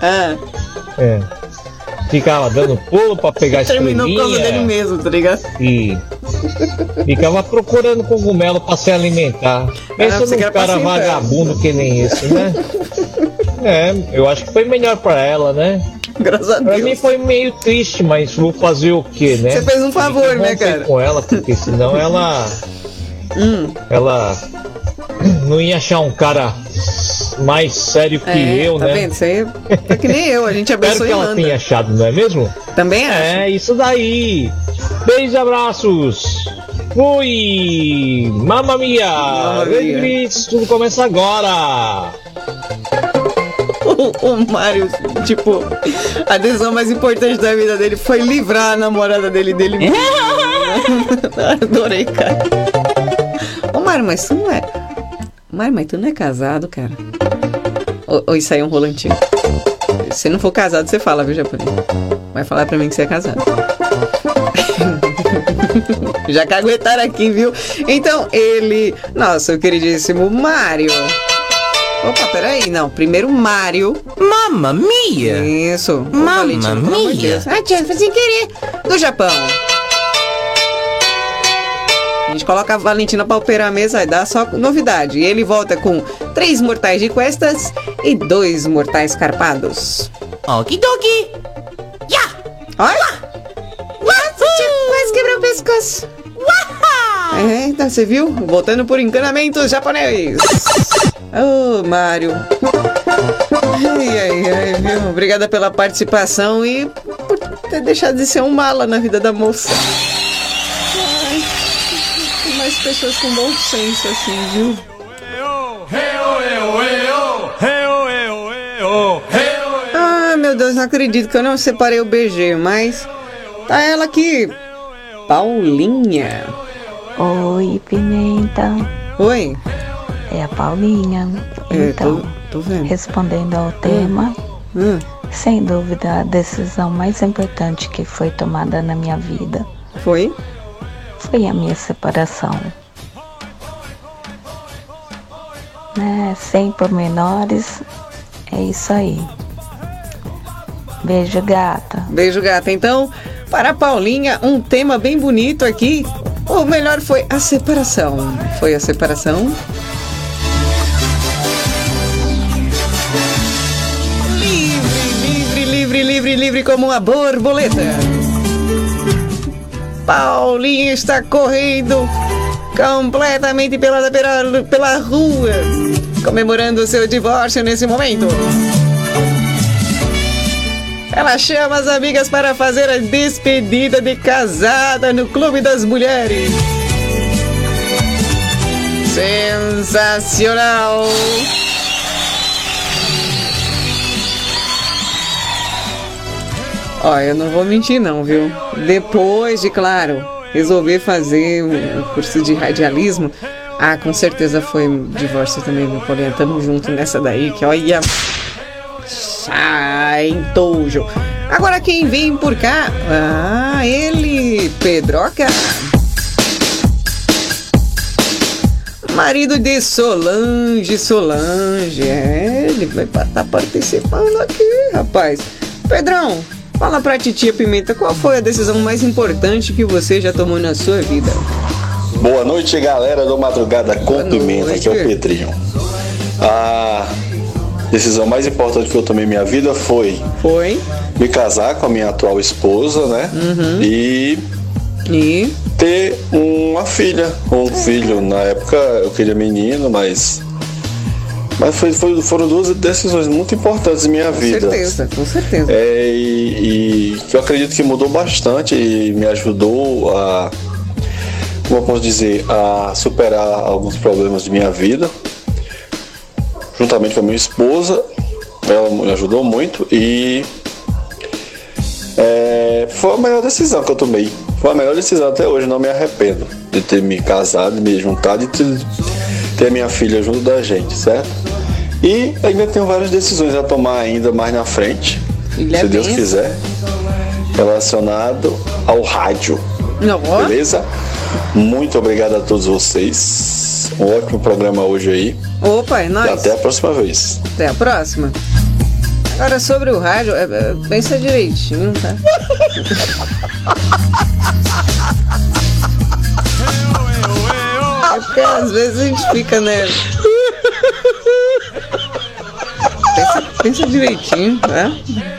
Ficava dando pulo pra pegar estrelinha. Terminou por causa dele mesmo, tá ligado? E ficava procurando cogumelo pra se alimentar. Pensa num cara vagabundo que nem esse, né? Eu acho que foi melhor pra ela, né? Graças a Deus. Pra mim foi meio triste, mas vou fazer o quê, né? Você fez um favor, né, cara? Com ela, porque senão ela não ia achar um cara mais sério que eu, tá né? Vendo? Isso aí é que nem eu, a gente abençoa e manda. Espero que ela tenha achado, não é mesmo? Também acho. É, isso daí. Beijos e abraços. Fui! Mamma mia! Blitz, tudo começa agora! O Mário, tipo, a decisão mais importante da vida dele foi livrar a namorada dele mesmo. Adorei, cara. Ô Mário, mas tu não é... Mário, mas tu não é casado, cara? Ou isso aí é um rolantinho? Se não for casado, você fala, viu, japonês? Vai falar pra mim que você é casado. Já caguetaram aqui, viu? Então, ele... Nossa, o queridíssimo Mário... Opa, peraí, não. Primeiro Mário. Mamma mia! Isso. Mamma mia! Ah, tia, foi sem querer. Do Japão. A gente coloca a Valentina pra operar a mesa e dá só novidade. E ele volta com 3 mortais de costas e 2 mortais carpados. Okidoki! Ya! Olha! Quase quebrou o pescoço. É, então você viu? Voltando por encanamento japonês. Ô, Mário. Ai, viu? Obrigada pela participação e por ter deixado de ser um mala na vida da moça. Ai, tem mais pessoas com bom senso assim, viu? Ah, meu Deus, não acredito que eu não separei o BG, mas tá ela aqui. Paulinha. Oi, Pimenta. Oi. É a Paulinha. Então, tô vendo. Respondendo ao tema, sem dúvida a decisão mais importante que foi tomada na minha vida foi a minha separação. Né? Sem pormenores, é isso aí. Beijo, gata. Beijo, gata. Então, para a Paulinha, um tema bem bonito aqui. Ou melhor, foi a separação. Foi a separação. Livre como uma borboleta. Paulinha está correndo completamente pela rua, comemorando o seu divórcio nesse momento. Ela chama as amigas para fazer a despedida de casada no Clube das Mulheres. Sensacional! Ó, eu não vou mentir não, viu? Depois de, claro, resolver fazer um curso de radialismo, com certeza foi divórcio também, meu Paulinha. Tamo junto nessa daí, que olha... Sai, tojo. Agora quem vem por cá? Ele, Pedroca. Marido de Solange. Ele vai estar participando aqui, rapaz. Pedrão, fala pra titia Pimenta, qual foi a decisão mais importante que você já tomou na sua vida? Boa noite, galera do Madrugada com Pimenta, aqui é o Pedrinho. A decisão mais importante que eu tomei na minha vida foi me casar com a minha atual esposa, né? E ter uma filha, ou um filho. Na época eu queria menino, mas foram 2 decisões muito importantes em minha vida. Com certeza. E que eu acredito que mudou bastante e me ajudou a, como eu posso dizer, a superar alguns problemas de minha vida. Juntamente com a minha esposa, ela me ajudou muito e foi a melhor decisão que eu tomei. Foi a melhor decisão até hoje, não me arrependo de ter me casado, de me juntado e ter a minha filha junto da gente, certo? E ainda tenho várias decisões a tomar ainda mais na frente, se Deus quiser, relacionado ao rádio. Beleza? Muito obrigado a todos vocês. Um ótimo programa hoje aí. Opa, é nóis. E até a próxima vez. Até a próxima. Agora sobre o rádio, pensa direitinho, tá? É porque às vezes a gente fica, né? Pensa direitinho, tá?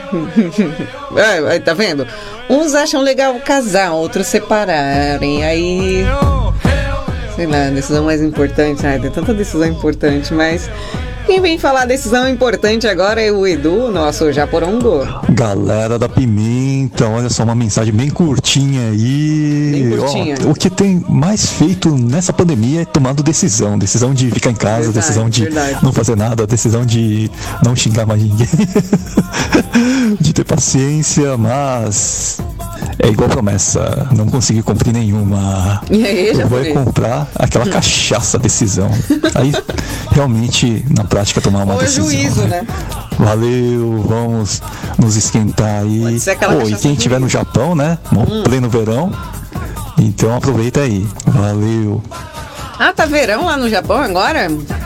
Tá vendo? Uns acham legal casar, outros separarem. Aí... sei lá, a decisão mais importante. Tem tanta decisão importante, mas... quem vem falar decisão importante agora é o Edu, nosso japorongo. Galera da Pimenta, olha só, uma mensagem bem curtinha aí. Bem curtinha. O que tem mais feito nessa pandemia é tomando decisão. Decisão de ficar em casa, decisão de não fazer nada, decisão de não xingar mais ninguém. De ter paciência, mas... é igual promessa, não consegui cumprir nenhuma. E aí, eu vou comprar aquela cachaça decisão. Aí, realmente, na prática, tomar uma decisão. Juízo, né? Valeu, vamos nos esquentar aí. E quem estiver no Japão, né? Pleno verão. Então aproveita aí. Valeu. Tá verão lá no Japão agora?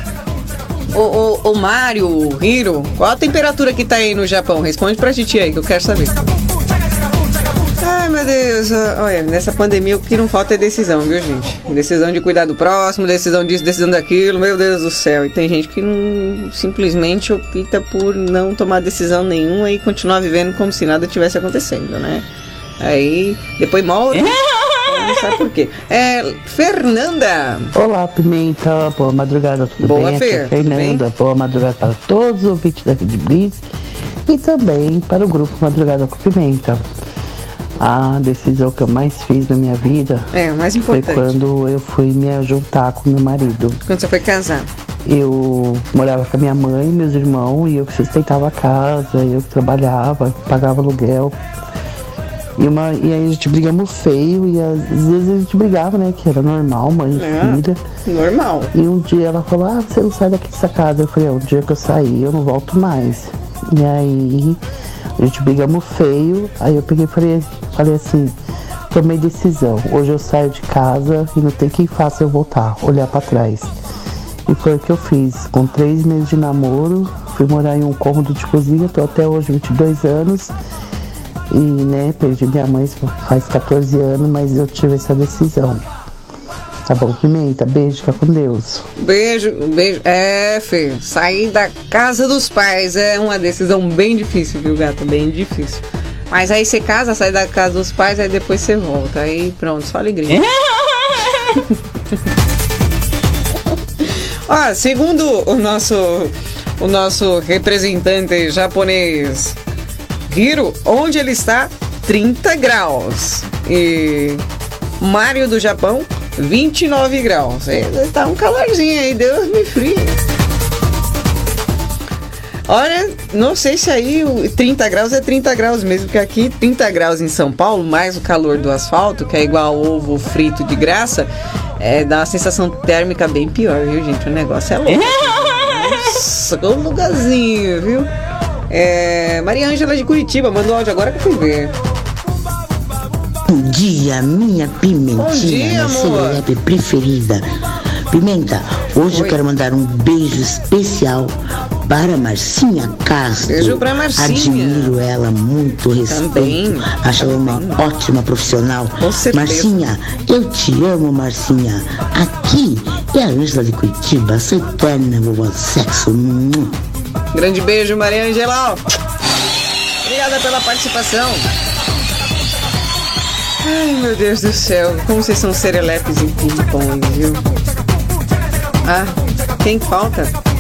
O Mário, o Hiro, qual a temperatura que tá aí no Japão? Responde pra titia aí que eu quero saber. Ai, meu Deus. Olha, nessa pandemia o que não falta é decisão, viu, gente? Decisão de cuidar do próximo, decisão disso, decisão daquilo. Meu Deus do céu. E tem gente que não, simplesmente opta por não tomar decisão nenhuma e continuar vivendo como se nada tivesse acontecendo, né? Aí, depois morre. Não sabe por quê. Fernanda. Olá, Pimenta. Boa madrugada, tudo Boa, bem? Fer. Fernanda, boa madrugada para todos os ouvintes da Rede Blitz e também para o grupo Madrugada com Pimenta. A decisão que eu mais fiz na minha vida o mais importante foi quando eu fui me juntar com meu marido. Quando você foi casar? Eu morava com a minha mãe, meus irmãos, e eu que sustentava a casa, eu que trabalhava, pagava aluguel. E aí a gente brigamos feio, e às vezes a gente brigava, né? Que era normal, mãe e filha. Normal. E um dia ela falou, você não sai daqui dessa casa. Eu falei, um dia que eu sair, eu não volto mais. E aí a gente brigamos feio, aí eu peguei e falei assim, tomei decisão. Hoje eu saio de casa e não tem quem faça eu voltar, olhar pra trás. E foi o que eu fiz. Com 3 meses de namoro, fui morar em um cômodo de cozinha, tô até hoje 22 anos. E, né, perdi minha mãe faz 14 anos, mas eu tive essa decisão. Tá bom, Pimenta? Beijo, fica com Deus. Beijo. Fê, sair da casa dos pais é uma decisão bem difícil, viu, gata? Bem difícil. Mas aí você casa, sai da casa dos pais, aí depois você volta. Aí pronto, só alegria. Ó, segundo o nosso representante japonês Hiro, onde ele está, 30 graus. E Mário do Japão, 29 graus. Tá um calorzinho aí, Deus me frie. Olha, não sei se aí 30 graus é 30 graus mesmo, porque aqui 30 graus em São Paulo, mais o calor do asfalto, que é igual ovo frito de graça, dá uma sensação térmica bem pior, viu, gente? O negócio é louco. Nossa, que lugarzinho, viu? Maria Ângela de Curitiba mandou áudio agora que eu fui ver. Bom dia, minha pimentinha. Bom dia, minha celeb preferida. Pimenta, hoje eu quero mandar um beijo especial para Marcinha Castro. Beijo pra Marcinha. Admiro ela muito, respeito. Também. Acho ela uma ótima profissional. Com certeza. Marcinha, eu te amo, Marcinha. Aqui é a Ângela de Curitiba, sua eterna vovó sexo. Grande beijo, Maria Ângela. Obrigada pela participação. Ai, meu Deus do céu. Como vocês são serelepes em ping-pong, viu? Quem falta?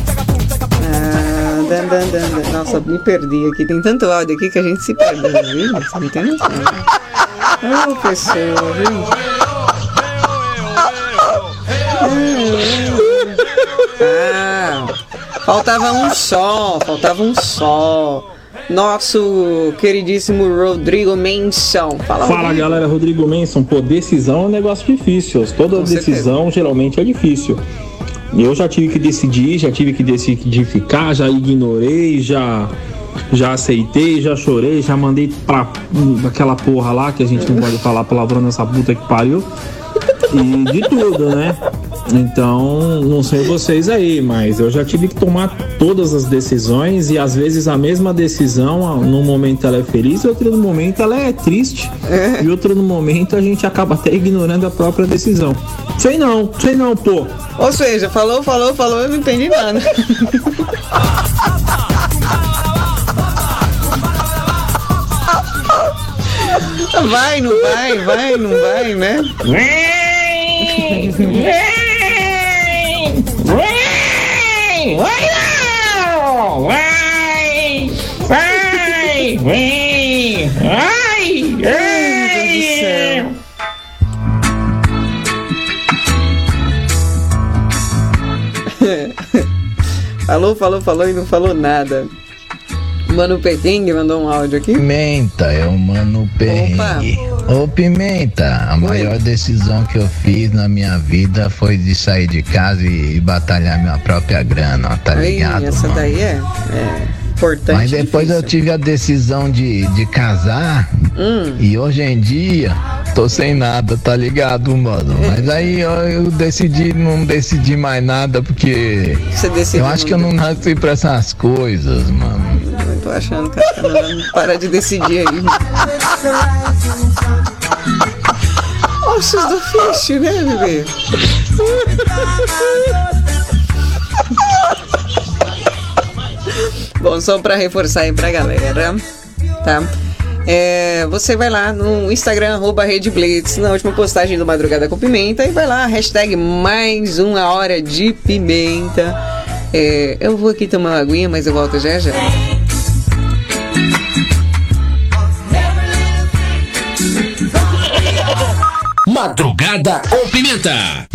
Nossa, me perdi aqui. Tem tanto áudio aqui que a gente se perde, viu? Você não tem noção. Pessoal, viu? Faltava um só. Nosso queridíssimo Rodrigo Menson. Fala galera, Rodrigo Menson. Pô, decisão é um negócio difícil. Toda decisão geralmente é difícil. Eu já tive que decidir, já tive que decidir ficar, já ignorei, já aceitei, já chorei, já mandei pra aquela porra lá, que a gente não pode falar palavrão nessa puta que pariu. E de tudo, né? Então, não sei vocês aí, mas eu já tive que tomar todas as decisões e às vezes a mesma decisão, num momento ela é feliz, outro no momento ela é triste. E outro no momento a gente acaba até ignorando a própria decisão. Sei não, pô. Ou seja, falou, eu não entendi nada. Vai, não vai, né? Falou e não falou nada. Mano Perrengue mandou um áudio aqui. Pimenta, é o Mano Perrengue. Ô Pimenta, a maior decisão que eu fiz na minha vida foi de sair de casa e batalhar minha própria grana, tá ligado? Essa mano? Daí é importante. Mas depois eu tive a decisão de casar e hoje em dia tô sem nada, tá ligado, mano? Mas aí eu não decidi mais nada porque eu acho que eu não nasci pra essas coisas, mano. tô achando, cara. Para de decidir aí. Ossos do ofício, né, bebê? Bom, só pra reforçar aí pra galera, tá? Você vai lá no Instagram, @RedeBlitz, na última postagem do Madrugada com Pimenta, e vai lá, hashtag mais uma hora de pimenta. Eu vou aqui tomar uma aguinha, mas eu volto já já. Madrugada com Pimenta.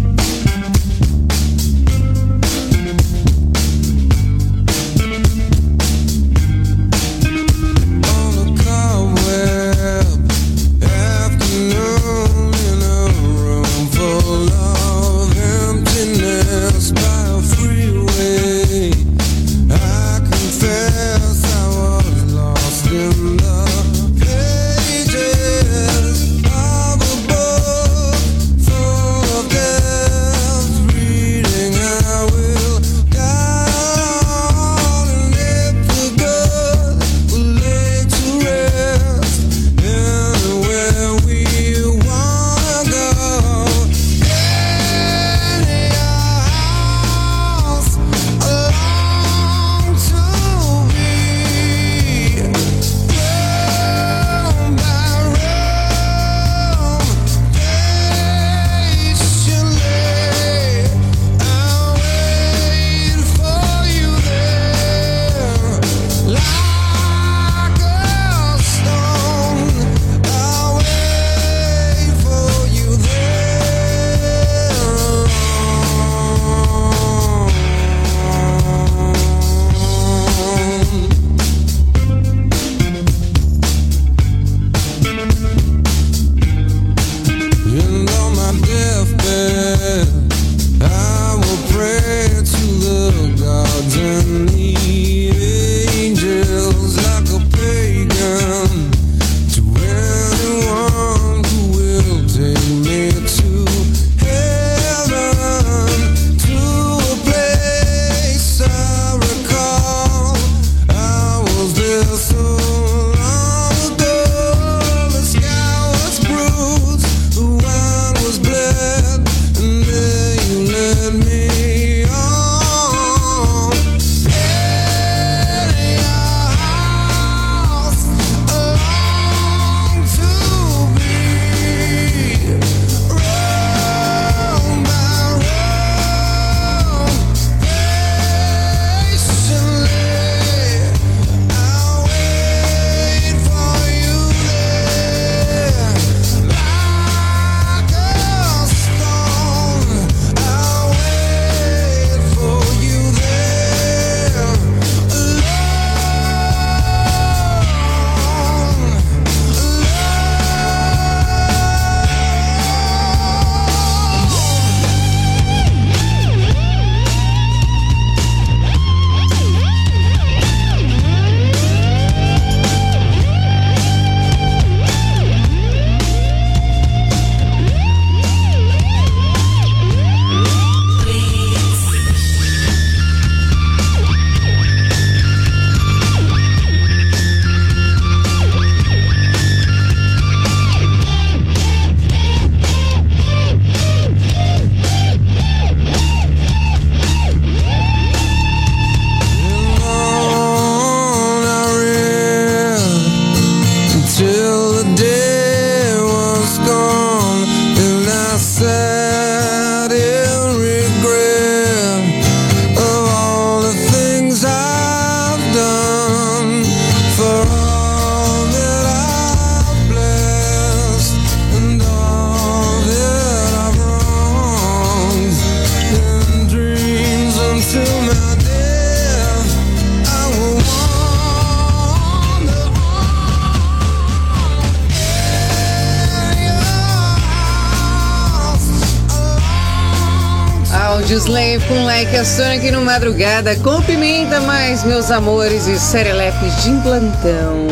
Slave com Like a Stone aqui no Madrugada com Pimenta, mais meus amores e serelepes de plantão.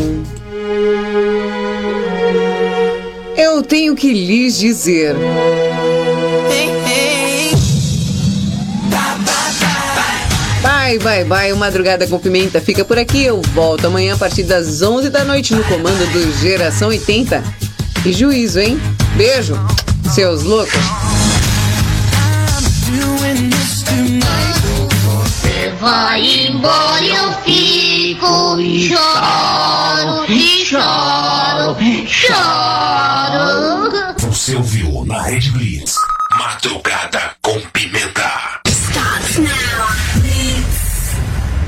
Eu tenho que lhes dizer. Bye, o Madrugada com Pimenta fica por aqui. Eu volto amanhã a partir das 11 da noite no comando do Geração 80. E juízo, hein? Beijo, seus loucos. Você vai embora e eu fico e choro, e choro, choro. Você ouviu na Rede Blitz Madrugada com